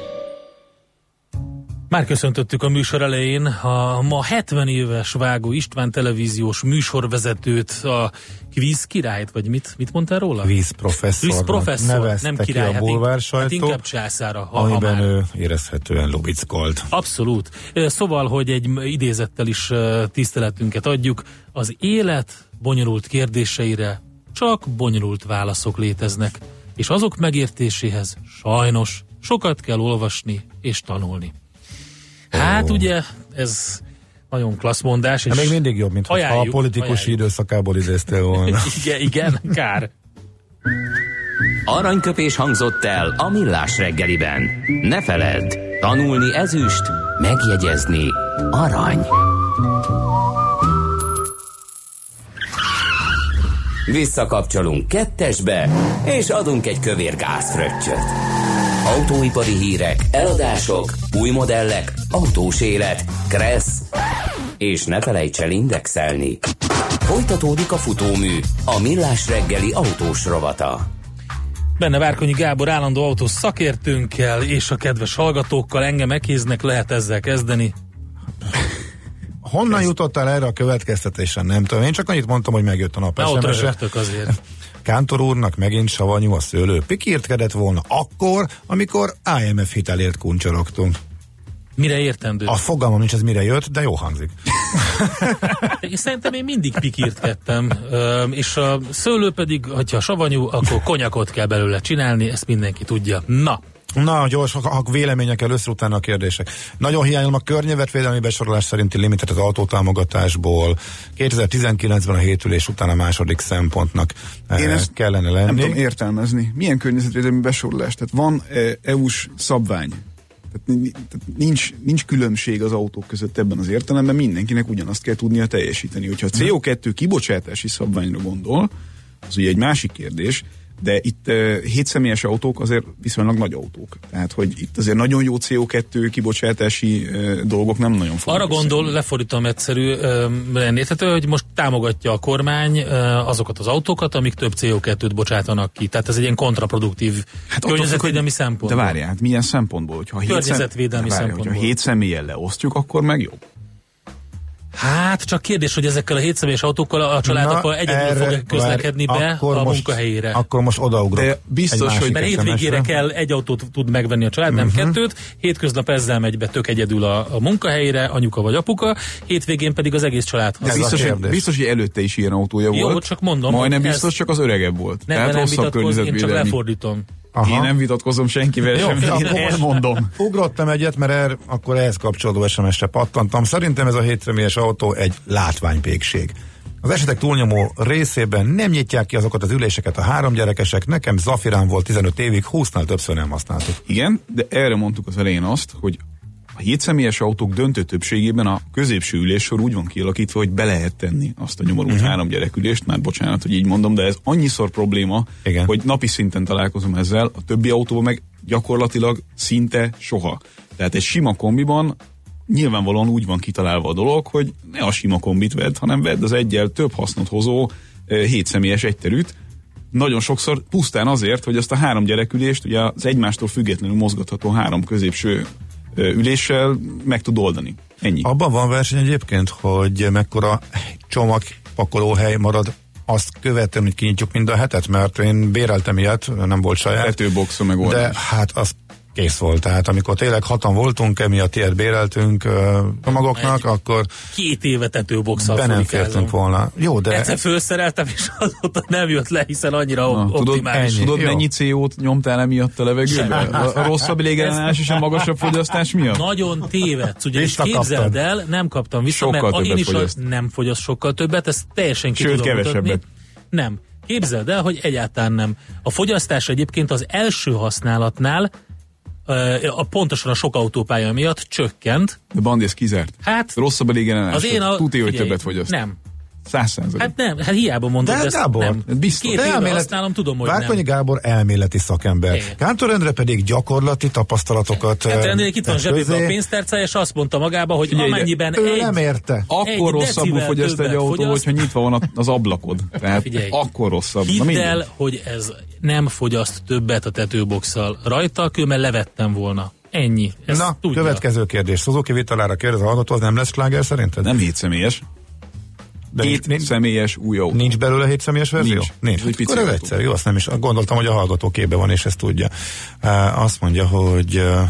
[SPEAKER 4] Már köszöntöttük a műsor elején a ma hetven éves Vágó István televíziós műsorvezetőt, a kvíz királyt, vagy mit, mit mondtál róla?
[SPEAKER 3] Kvíz professzor. Kvíz
[SPEAKER 4] professzor, nem király,
[SPEAKER 3] a bulvár sajtó,
[SPEAKER 4] hát inkább császára. Ha,
[SPEAKER 3] amiben
[SPEAKER 4] ha
[SPEAKER 3] ő érezhetően lubickolt.
[SPEAKER 4] Abszolút. Szóval, hogy egy idézettel is tiszteletünket adjuk, az élet bonyolult kérdéseire csak bonyolult válaszok léteznek, és azok megértéséhez sajnos sokat kell olvasni és tanulni. Hát oh. ugye, ez nagyon klassz mondás. És
[SPEAKER 3] de még mindig jobb, mint ha a politikusi ajánljuk. Időszakából idéztél volna.
[SPEAKER 4] igen, igen, kár.
[SPEAKER 1] Aranyköpés hangzott el a Millás reggeliben. Ne feledd, tanulni ezüst, megjegyezni arany. Visszakapcsolunk kettesbe, és adunk egy kövér gázfröccsöt. Autóipari hírek, eladások, új modellek, autós élet, kressz, és ne felejts el indexelni. Folytatódik a futómű, a Millás reggeli autós rovata.
[SPEAKER 4] Benne Várkonyi Gábor állandó autós szakértőnkkel és a kedves hallgatókkal. Engem megkéznek, lehet ezzel kezdeni.
[SPEAKER 3] Honnan Ez... jutottál erre a következtetésre? Nem tudom. Én csak annyit mondtam, hogy megjött a nap es em es-e.
[SPEAKER 4] azért.
[SPEAKER 3] Kántor úrnak megint savanyú a szőlő. Pikírtkedett volna akkor, amikor i em ef hitelért kuncsorogtunk.
[SPEAKER 4] Mire értendő?
[SPEAKER 3] A fogalmam nincs, ez mire jött, de jó hangzik.
[SPEAKER 4] Én szerintem én mindig pikírtkedtem, és a szőlő pedig, hogyha savanyú, akkor konyakot kell belőle csinálni, ezt mindenki tudja. Na!
[SPEAKER 3] Na, gyors, ha, ha vélemények először, utána a kérdések. Nagyon hiányolom a környezetvédelmi besorolás szerinti limitet az autótámogatásból. kétezer-tizenkilencben a hétülés után a második szempontnak Én ezt kellene lenni.
[SPEAKER 5] Nem tudom értelmezni. Milyen környezetvédelmi besorolás? Tehát van e, é u-s szabvány. Tehát nincs, nincs különbség az autók között ebben az értelemben, mindenkinek ugyanazt kell tudnia teljesíteni. Hogyha a cé o kettő kibocsátási szabványra gondol, az ugye egy másik kérdés, de itt uh, hétszemélyes autók azért viszonylag nagy autók. Tehát, hogy itt azért nagyon jó cé o kettő kibocsátási uh, dolgok nem nagyon fognak.
[SPEAKER 4] Arra gondol, összemenni. Lefordítom egyszerű, uh, érthető, hogy most támogatja a kormány uh, azokat az autókat, amik több cé o kettőt bocsátanak ki. Tehát ez egy ilyen kontraproduktív hát környezetvédelmi szempontból.
[SPEAKER 5] De várjál, hát milyen szempontból? Hogyha
[SPEAKER 4] környezetvédelmi
[SPEAKER 5] várjál,
[SPEAKER 4] szempontból.
[SPEAKER 5] Hogyha hét személlyel leosztjuk, akkor meg jobb.
[SPEAKER 4] Hát, csak kérdés, hogy ezekkel a hétszemélyes autókkal a családok egyedül fog közlekedni be a
[SPEAKER 3] most,
[SPEAKER 4] munkahelyére.
[SPEAKER 3] Akkor most odaugrok.
[SPEAKER 5] De biztos, hogy...
[SPEAKER 4] Mert hétvégére kell egy autót tud megvenni a család, nem uh-huh. kettőt. Hétköznap ezzel megy be tök egyedül a, a munkahelyére, anyuka vagy apuka, hétvégén pedig az egész család.
[SPEAKER 5] Biztos, hogy, biztos, hogy előtte is ilyen autója
[SPEAKER 4] Jó,
[SPEAKER 5] volt.
[SPEAKER 4] csak mondom.
[SPEAKER 5] Majdnem biztos, ez... csak az öregebb volt.
[SPEAKER 4] Nem, Tehát nem vitatkozom, én csak lefordítom.
[SPEAKER 5] Aha. Én nem vitatkozom senkivel
[SPEAKER 3] Jó,
[SPEAKER 5] sem, én ezt mondom.
[SPEAKER 3] Ugrottam egyet, mert er, akkor ehhez kapcsolódó es em es-re pattantam. Szerintem ez a hétszemélyes autó egy látványpékség. Az esetek túlnyomó részében nem nyitják ki azokat az üléseket a három gyerekesek. Nekem Zafirán volt tizenöt évig, húsznál többször nem használtuk.
[SPEAKER 5] Igen, de erre mondtuk az elején azt, hogy a hétszemélyes autók döntő többségében a középső üléssor úgy van kialakítva, hogy be lehet tenni azt a nyomorult uh-huh. három gyerekülést, már bocsánat, hogy így mondom, de ez annyiszor probléma, igen. hogy napi szinten találkozom ezzel, a többi autóban meg gyakorlatilag szinte soha. Tehát egy sima kombiban nyilvánvalóan úgy van kitalálva a dolog, hogy ne a sima kombit vedd, hanem vedd az egyel több hasznot hozó hétszemélyes egyterűt, nagyon sokszor pusztán azért, hogy azt a három gyerekülést, ugye az egymástól függetlenül mozgatható három középső üléssel meg tud oldani. Ennyi.
[SPEAKER 3] Abban van verseny egyébként, hogy mekkora csomagpakolóhely marad azt követően, hogy kinyitjuk mind a hetet, mert én béreltem ilyet, nem volt saját.
[SPEAKER 5] Tetőboxon megoldás.
[SPEAKER 3] De hát az kész volt. Tehát amikor tényleg hatan voltunk, emiatt ilyet béreltünk csomagoknak, uh, akkor
[SPEAKER 4] két éve tetőboxal
[SPEAKER 3] be nem fértünk volna. Jó, de...
[SPEAKER 4] Egyszer felszereltem, és azóta nem jött le, hiszen annyira Na, optimális.
[SPEAKER 5] Tudod, tudod mennyi cé ó-t nyomtál emiatt a levegőbe? A, a rosszabb légellenállás és a magasabb fogyasztás miatt?
[SPEAKER 4] Nagyon tévedsz, ugyanis képzeld el, nem kaptam vissza, sokkal mert én is a, nem fogyaszt sokkal többet, ezt teljesen ki
[SPEAKER 5] Sőt,
[SPEAKER 4] tudom
[SPEAKER 5] kevesebbet.
[SPEAKER 4] mutatni. Nem. Képzeld el, hogy egyáltalán nem. A fogyasztás egyébként az első használatnál a pontosan a sok autópálya miatt csökkent.
[SPEAKER 5] De Bandi, ez kizárt.
[SPEAKER 4] Hát
[SPEAKER 5] rosszabb a légellenállás.
[SPEAKER 4] Az én a...
[SPEAKER 5] Tudja, hogy többet fogyaszt.
[SPEAKER 4] Nem.
[SPEAKER 5] Száz százalék.
[SPEAKER 4] Hát nem, hát hiába mondod,
[SPEAKER 3] de
[SPEAKER 4] ezt
[SPEAKER 3] Gábor,
[SPEAKER 4] nem.
[SPEAKER 5] Biztos.
[SPEAKER 4] Két
[SPEAKER 3] de
[SPEAKER 4] éve
[SPEAKER 3] elmélet,
[SPEAKER 4] használom, tudom, hogy
[SPEAKER 3] Várkonyi
[SPEAKER 4] nem.
[SPEAKER 3] Gábor elméleti szakember.
[SPEAKER 4] Igen.
[SPEAKER 3] Kántor Endre pedig gyakorlati tapasztalatokat.
[SPEAKER 4] Hát Endrének itt van
[SPEAKER 3] tesz
[SPEAKER 4] zsebében
[SPEAKER 3] közé.
[SPEAKER 4] a pénztárcája, és azt mondta magába, hogy
[SPEAKER 5] Figyelj,
[SPEAKER 4] amennyiben
[SPEAKER 3] Ő
[SPEAKER 4] egy,
[SPEAKER 3] nem érte.
[SPEAKER 5] Akkor
[SPEAKER 4] egy
[SPEAKER 5] rosszabbul
[SPEAKER 4] decivel
[SPEAKER 5] fogyaszt egy
[SPEAKER 4] többet
[SPEAKER 5] autó,
[SPEAKER 4] fogyaszt.
[SPEAKER 5] hogyha nyitva van az ablakod. Tehát
[SPEAKER 4] Figyelj.
[SPEAKER 5] akkor rosszabb. Na
[SPEAKER 4] Hidd
[SPEAKER 5] mindegy.
[SPEAKER 4] el, hogy ez nem fogyaszt többet a tetőboxszal rajta, különben levettem volna. Ennyi. Ezt
[SPEAKER 3] Na,
[SPEAKER 4] tudja.
[SPEAKER 3] következő kérdés. Suzuki Vitalára kérdez a hallgató, az nem lesz sláger szerinted?
[SPEAKER 5] Nem hét személyes.
[SPEAKER 3] De
[SPEAKER 5] Hét
[SPEAKER 3] nincs,
[SPEAKER 5] személyes új autó.
[SPEAKER 3] nincs belőle hét személyes verzió?
[SPEAKER 5] Nincs.
[SPEAKER 3] Nincs.
[SPEAKER 5] Ez egy pici
[SPEAKER 3] Akkor ez
[SPEAKER 5] autó.
[SPEAKER 3] egyszer, jó, azt nem is. Gondoltam, hogy a hallgató képbe van, és ezt tudja. Uh, azt mondja, hogy uh,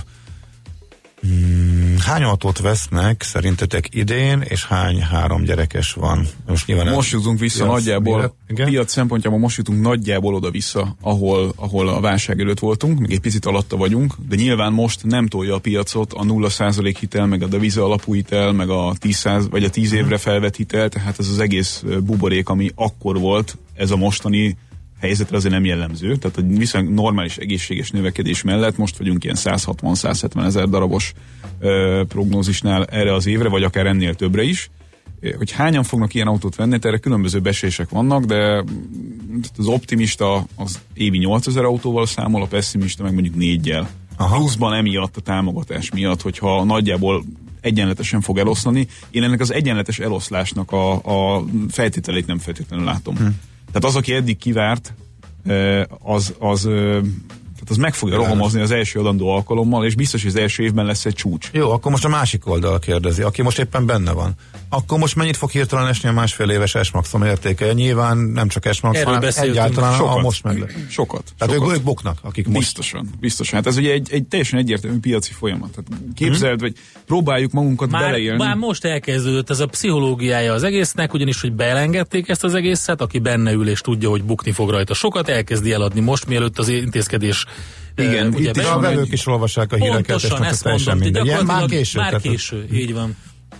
[SPEAKER 3] Hmm, hány autót vesznek szerintetek idén, és hány három gyerekes van? Most nyilván
[SPEAKER 5] Most jutunk vissza
[SPEAKER 3] piac
[SPEAKER 5] nagyjából,
[SPEAKER 3] méret, igen?
[SPEAKER 5] piac szempontjából most jutunk nagyjából oda-vissza, ahol, ahol a válság előtt voltunk, még egy picit alatta vagyunk, de nyilván most nem tolja a piacot a nulla százalék hitel, meg a deviza alapú hitel, meg a tíz száz, vagy a tíz évre felvett hitel, tehát ez az egész buborék, ami akkor volt, ez a mostani helyzetre azért nem jellemző, tehát egy viszonylag normális egészséges növekedés mellett most vagyunk ilyen száz hatvan száz hetven ezer darabos ö, prognózisnál erre az évre, vagy akár ennél többre is. Hogy hányan fognak ilyen autót venni, erre különböző becslések vannak, de az optimista az évi nyolcezer autóval számol, a pessimista meg mondjuk négyel. Aha. Pluszban emiatt a támogatás miatt, hogyha nagyjából egyenletesen fog eloszlani. Én ennek az egyenletes eloszlásnak a, a feltételét nem feltétlenül látom. Hm. Tehát az, aki eddig kivárt, az, az, tehát az meg fogja rohamozni az első adandó alkalommal, és biztos, hogy az első évben lesz egy csúcs.
[SPEAKER 3] Jó, akkor most a másik oldal kérdezi, aki most éppen benne van. Akkor most mennyit fog hirtelen esni a másfél éves S-Maxom értéke? Nyilván nem csak S-Max,
[SPEAKER 4] Erről
[SPEAKER 3] hanem
[SPEAKER 4] beszéltünk.
[SPEAKER 3] egyáltalán
[SPEAKER 5] Sokat.
[SPEAKER 3] a most meg.
[SPEAKER 5] Sokat.
[SPEAKER 3] Tehát
[SPEAKER 5] sokat.
[SPEAKER 3] ők buknak, akik most...
[SPEAKER 5] Biztosan, biztosan. Hát ez ugye egy, egy teljesen egyértelmű piaci folyamat. Tehát képzeld, hmm. vagy próbáljuk magunkat
[SPEAKER 4] Már,
[SPEAKER 5] beleélni.
[SPEAKER 4] már most elkezdődött ez a pszichológiája az egésznek, ugyanis, hogy beelengedték ezt az egészet, aki benne ül és tudja, hogy bukni fog rajta sokat, elkezdi eladni most, mielőtt az intézkedés.
[SPEAKER 5] Igen,
[SPEAKER 4] uh, ugye
[SPEAKER 5] itt is
[SPEAKER 3] A vevők is olvassák a híreket, és
[SPEAKER 4] pontosan
[SPEAKER 3] most
[SPEAKER 4] ezt
[SPEAKER 3] teljesen
[SPEAKER 4] mondom,
[SPEAKER 3] mindegy. Ilyen
[SPEAKER 4] gyakorlatilag
[SPEAKER 3] Már késő.
[SPEAKER 4] Már
[SPEAKER 3] tehát-
[SPEAKER 4] késő, így van.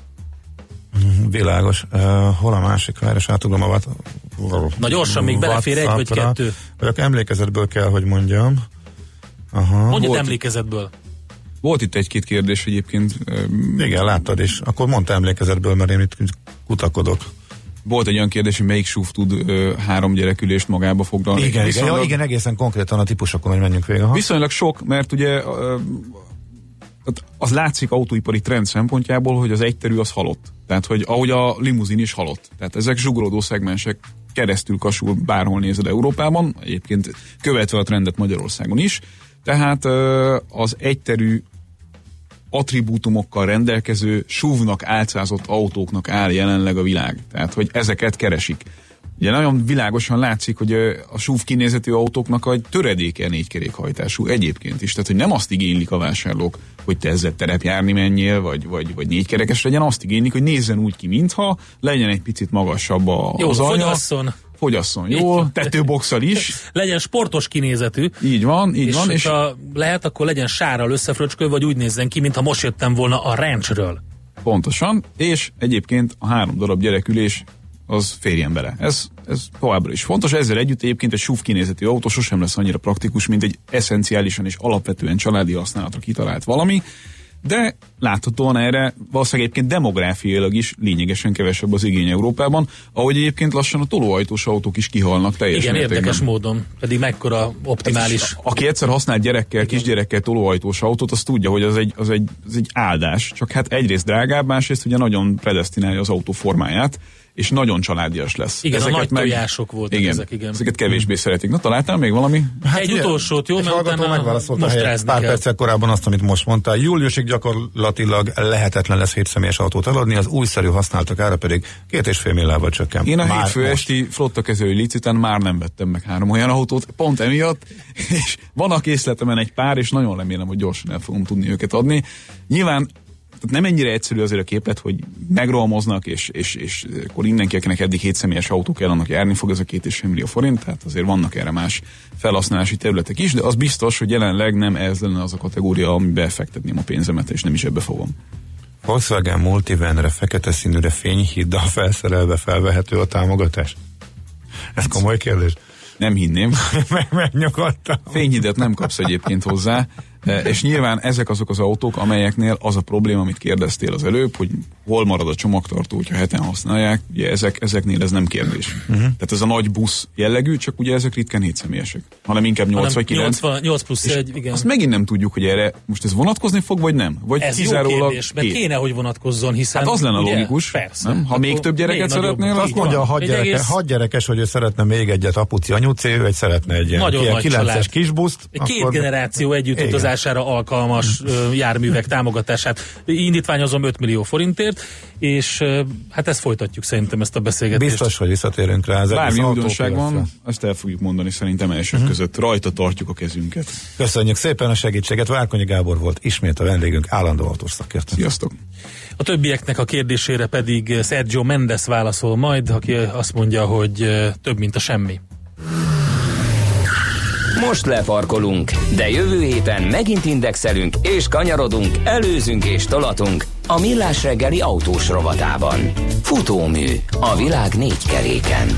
[SPEAKER 3] Világos. Uh, hol a másik? Várj, és átugrom a vat...
[SPEAKER 4] Na gyorsan, még belefér egy vagy
[SPEAKER 3] WhatsAppra.
[SPEAKER 4] kettő.
[SPEAKER 3] Vagy akkor emlékezetből kell, hogy mondjam. Aha.
[SPEAKER 4] Mondjad
[SPEAKER 5] volt-
[SPEAKER 4] emlékezetből.
[SPEAKER 5] Volt itt egy-két kérdés egyébként.
[SPEAKER 3] Igen, láttad is. Akkor mondta emlékezetből, mert én itt kutakodok.
[SPEAKER 5] Volt egy olyan kérdés, hogy melyik súf tud ö, három gyerekülést magába foglalni.
[SPEAKER 3] Igen, igen,
[SPEAKER 5] Viszonylag-
[SPEAKER 3] ja, igen, egészen konkrétan a típusokon, hogy menjünk végig. Aha.
[SPEAKER 5] Viszonylag sok, mert ugye ö, az látszik autóipari trend szempontjából, hogy az egyterű az halott. Tehát, hogy ahogy a limuzin is halott. Tehát ezek zsugorodó szegmensek keresztül kasul bárhol nézed Európában, egyébként követve a trendet Magyarországon is. Tehát ö, az egyterű attribútumokkal rendelkező súvnak álcázott autóknak áll jelenleg a világ. Tehát, hogy ezeket keresik. Ugye nagyon világosan látszik, hogy a súv kinézetű autóknak a töredéke négykerékhajtású egyébként is. Tehát, hogy nem azt igénylik a vásárlók, hogy te ezzel terepjárni menjél, vagy, vagy, vagy négykerekes legyen, azt igénylik, hogy nézzen úgy ki, mintha legyen egy picit magasabb a,
[SPEAKER 4] Jó,
[SPEAKER 5] az alja.
[SPEAKER 4] fogyasszon.
[SPEAKER 5] Fogyasszon, jó, tetőboxal is.
[SPEAKER 4] Legyen sportos kinézetű.
[SPEAKER 5] Így van, így
[SPEAKER 4] és
[SPEAKER 5] van. És
[SPEAKER 4] ha lehet, akkor legyen sárral összefröcskölve, vagy úgy nézzen ki, mintha most jöttem volna a ranchről.
[SPEAKER 5] pontosan, és egyébként a három darab gyerekülés az férjen bele. Ez, ez továbbra is fontos. Ezzel együtt egyébként egy súv kinézetű autó sosem lesz annyira praktikus, mint egy eszenciálisan és alapvetően családi használatra kitalált valami, de láthatóan erre valószínűleg egyébként demográfiailag is lényegesen kevesebb az igény Európában, ahogy egyébként lassan a tolóajtós autók is kihalnak teljes
[SPEAKER 4] Igen,
[SPEAKER 5] mértékben.
[SPEAKER 4] érdekes módon, pedig mekkora optimális.
[SPEAKER 5] Aki egyszer használt gyerekkel, kisgyerekkel tolóajtós autót, az tudja, hogy az egy, az, egy, az egy áldás. Csak hát egyrészt drágább, másrészt ugye nagyon predesztinálja az autó formáját, és nagyon családias lesz.
[SPEAKER 4] Igen,
[SPEAKER 5] ezeket
[SPEAKER 4] a nagy tojások voltak
[SPEAKER 5] igen,
[SPEAKER 4] ezek, igen.
[SPEAKER 5] Ezeket kevésbé szeretik. Na, találtál még valami?
[SPEAKER 4] Hát egy utolsót, jó,
[SPEAKER 3] egy
[SPEAKER 4] mert
[SPEAKER 3] hallgató
[SPEAKER 4] utána
[SPEAKER 3] megválaszolta
[SPEAKER 4] most
[SPEAKER 3] helyett
[SPEAKER 4] rázni
[SPEAKER 3] pár
[SPEAKER 4] kell.
[SPEAKER 3] perccel korábban azt, amit most mondtál. Júliusig gyakorlatilag lehetetlen lesz hétszemélyes autót eladni, az újszerű használtak ára pedig két és fél milliárdal csökken.
[SPEAKER 5] Én a
[SPEAKER 3] Már
[SPEAKER 5] hétfő
[SPEAKER 3] most.
[SPEAKER 5] esti flottakezelői licitán már nem vettem meg három olyan autót, pont emiatt, és van a készletemen egy pár, és nagyon remélem, hogy gyorsan el fogom tudni őket adni. Nyilván tehát nem ennyire egyszerű azért a képlet, hogy megrohamoznak, és, és, és akkor mindenki, akinek eddig hétszemélyes autó kell, annak járni fog ez a két és fél millió forint, tehát azért vannak erre más felhasználási területek is, de az biztos, hogy jelenleg nem ez lenne az a kategória, amiben fektetném a pénzemet, és nem is ebbe fogom.
[SPEAKER 3] Volkswagen Multivanre fekete színűre fényhíddal felszerelve felvehető a támogatás? Ez komoly kérdés.
[SPEAKER 5] Nem hinném.
[SPEAKER 3] Meg megnyugodtam.
[SPEAKER 5] Fényhidet nem kapsz egyébként hozzá. És nyilván ezek azok az autók, amelyeknél az a probléma, amit kérdeztél az előbb, hogy hol marad a csomagtartó, hogyha heten használják, ugye ezek, ezeknél ez nem kérdés. Uh-huh. Tehát ez a nagy busz jellegű, csak ugye ezek ritkán hétszemélyesek, hanem inkább nyolc vagy kilenc.
[SPEAKER 4] nyolc plusz egy, igen.
[SPEAKER 5] Azt megint nem tudjuk, hogy erre most ez vonatkozni fog, vagy nem? Vagy
[SPEAKER 4] ez jó kérdés, mert kéne, hogy vonatkozzon, hiszen...
[SPEAKER 5] Hát az lenne
[SPEAKER 4] ugye,
[SPEAKER 5] logikus,
[SPEAKER 4] persze.
[SPEAKER 5] Nem? Ha még több gyereket még szeretnél,
[SPEAKER 3] azt mondja a hat, gyereke, egész... hat gyerekes, hogy ő szeretne még egyet apuci anyuci, ő egy szeretne egy ilyen, ilyen kilences kisbuszt.
[SPEAKER 4] Két akkor... generáció együtt utazására alkalmas járművek támogatását indítványozom öt millió forintért, és hát ezt folytatjuk szerintem, ezt a beszélgetést.
[SPEAKER 3] Biztos, hogy visszatérünk rá.
[SPEAKER 5] Bármi újdonság van, ezt el fogjuk mondani szerintem elsők uh-huh. között. Rajta tartjuk a kezünket.
[SPEAKER 3] Köszönjük szépen a segítséget. Várkonyi Gábor volt ismét a vendégünk, állandó autós szakértő.
[SPEAKER 5] Sziasztok!
[SPEAKER 4] A többieknek a kérdésére pedig Sergio Mendes válaszol majd, aki azt mondja, hogy több, mint a semmi.
[SPEAKER 1] Most lefarkolunk, de jövő héten megint indexelünk és kanyarodunk, előzünk és tolatunk a Millás reggeli autós rovatában. Futómű a világ négy keréken.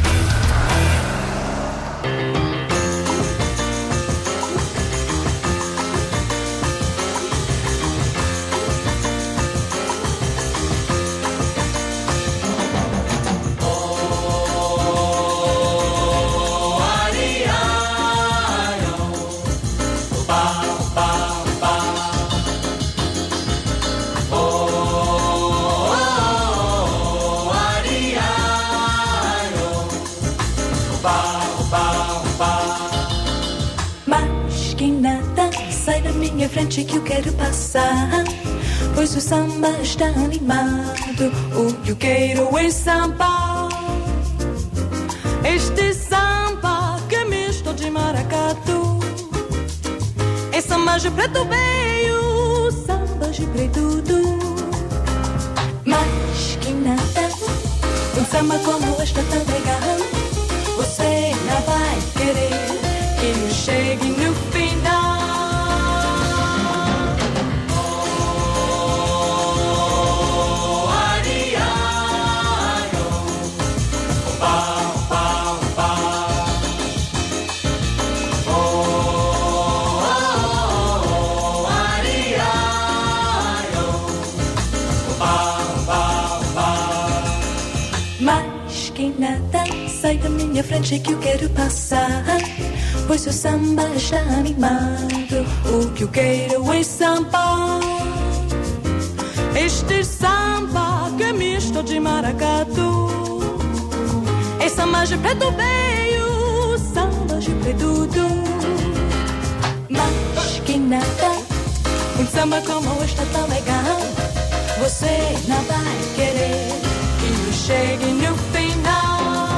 [SPEAKER 11] Frente que eu quero passar, pois o samba está animado, o que eu quero é samba. Este samba que é misto de maracatu, é samba de preto veio, samba de preto do. Mas que nada, um samba como este é tão legal, você não vai querer que eu chegue no final. Sai da minha frente que eu quero passar, pois o samba está animado, o que eu quero é samba. Este samba que é misto de maracatu, é samba de preto veio, samba de preto do. Mas que nada, um samba como este tão legal, você não vai querer que eu chegue no final.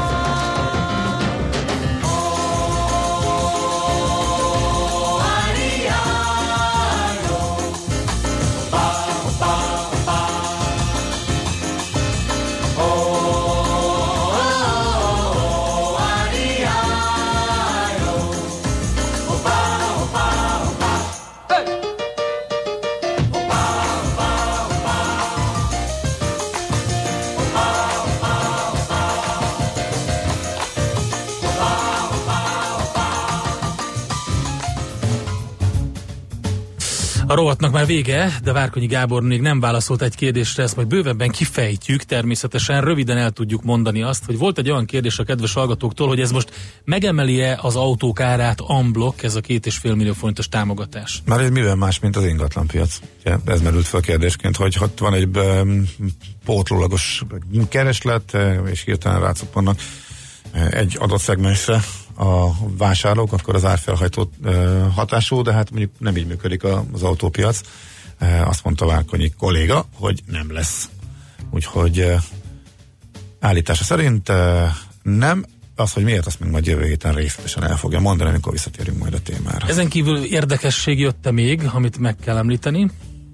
[SPEAKER 4] A rovatnak már vége, de Várkonyi Gábor még nem válaszolt egy kérdésre, ezt majd bővebben kifejtjük, természetesen röviden el tudjuk mondani azt, hogy volt egy olyan kérdés a kedves hallgatóktól, hogy ez most megemeli-e az autók árát en bloc, ez a két és fél millió forintos támogatás.
[SPEAKER 3] Már ez mivel más, mint az ingatlanpiac? Ja, ez merült fel kérdésként, hogy ha van egy um, pótlólagos kereslet, és hirtelen rácuppannak egy adott szegmensre a vásárlók, akkor az árfelhajtó hatású, de hát mondjuk nem így működik az autópiac. Azt mondta Várkonyi kolléga, hogy nem lesz. Úgyhogy állítása szerint nem. Az, hogy miért, azt még majd jövő héten részletesen el fogja mondani, amikor visszatérünk majd a témára.
[SPEAKER 4] Ezen kívül érdekesség jött még, amit meg kell említeni?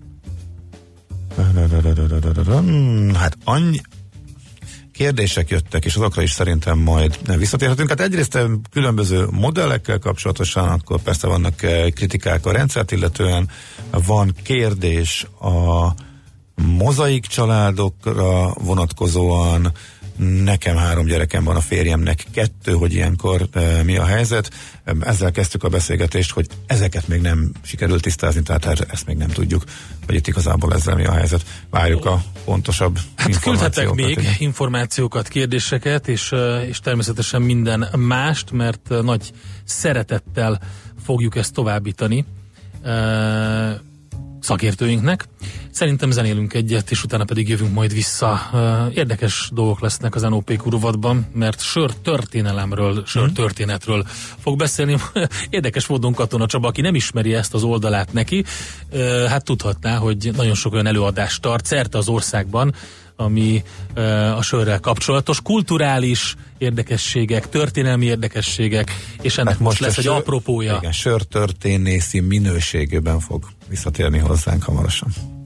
[SPEAKER 3] Hát annyi kérdések jöttek, és azokra is szerintem majd visszatérhetünk. Hát egyrészt különböző modellekkel kapcsolatosan, akkor persze vannak kritikák a rendszert illetően, van kérdés a mozaik családokra vonatkozóan, nekem három gyerekem van, a férjemnek kettő, hogy ilyenkor e, mi a helyzet. Ezzel kezdtük a beszélgetést, hogy ezeket még nem sikerült tisztázni, tehát ezt még nem tudjuk, hogy itt igazából ezzel mi a helyzet. Várjuk a pontosabb
[SPEAKER 4] hát
[SPEAKER 3] információkat.
[SPEAKER 4] Küldhetek még
[SPEAKER 3] ugye?
[SPEAKER 4] információkat, kérdéseket, és, és természetesen minden mást, mert nagy szeretettel fogjuk ezt továbbítani e, szakértőinknek. Szerintem zenélünk egyet, és utána pedig jövünk majd vissza. Érdekes dolgok lesznek az en o pé rovatban, mert sör történelemről, sör történetről fog beszélni. Érdekes módon Katona Csaba, aki nem ismeri ezt az oldalát neki, hát tudhatná, hogy nagyon sok olyan előadást tart szerte az országban, ami a sörrel kapcsolatos, kulturális érdekességek, történelmi érdekességek, és ennek hát most lesz egy apropója.
[SPEAKER 3] Igen, sörtörténészi minőségében fog visszatérni hozzánk hamarosan.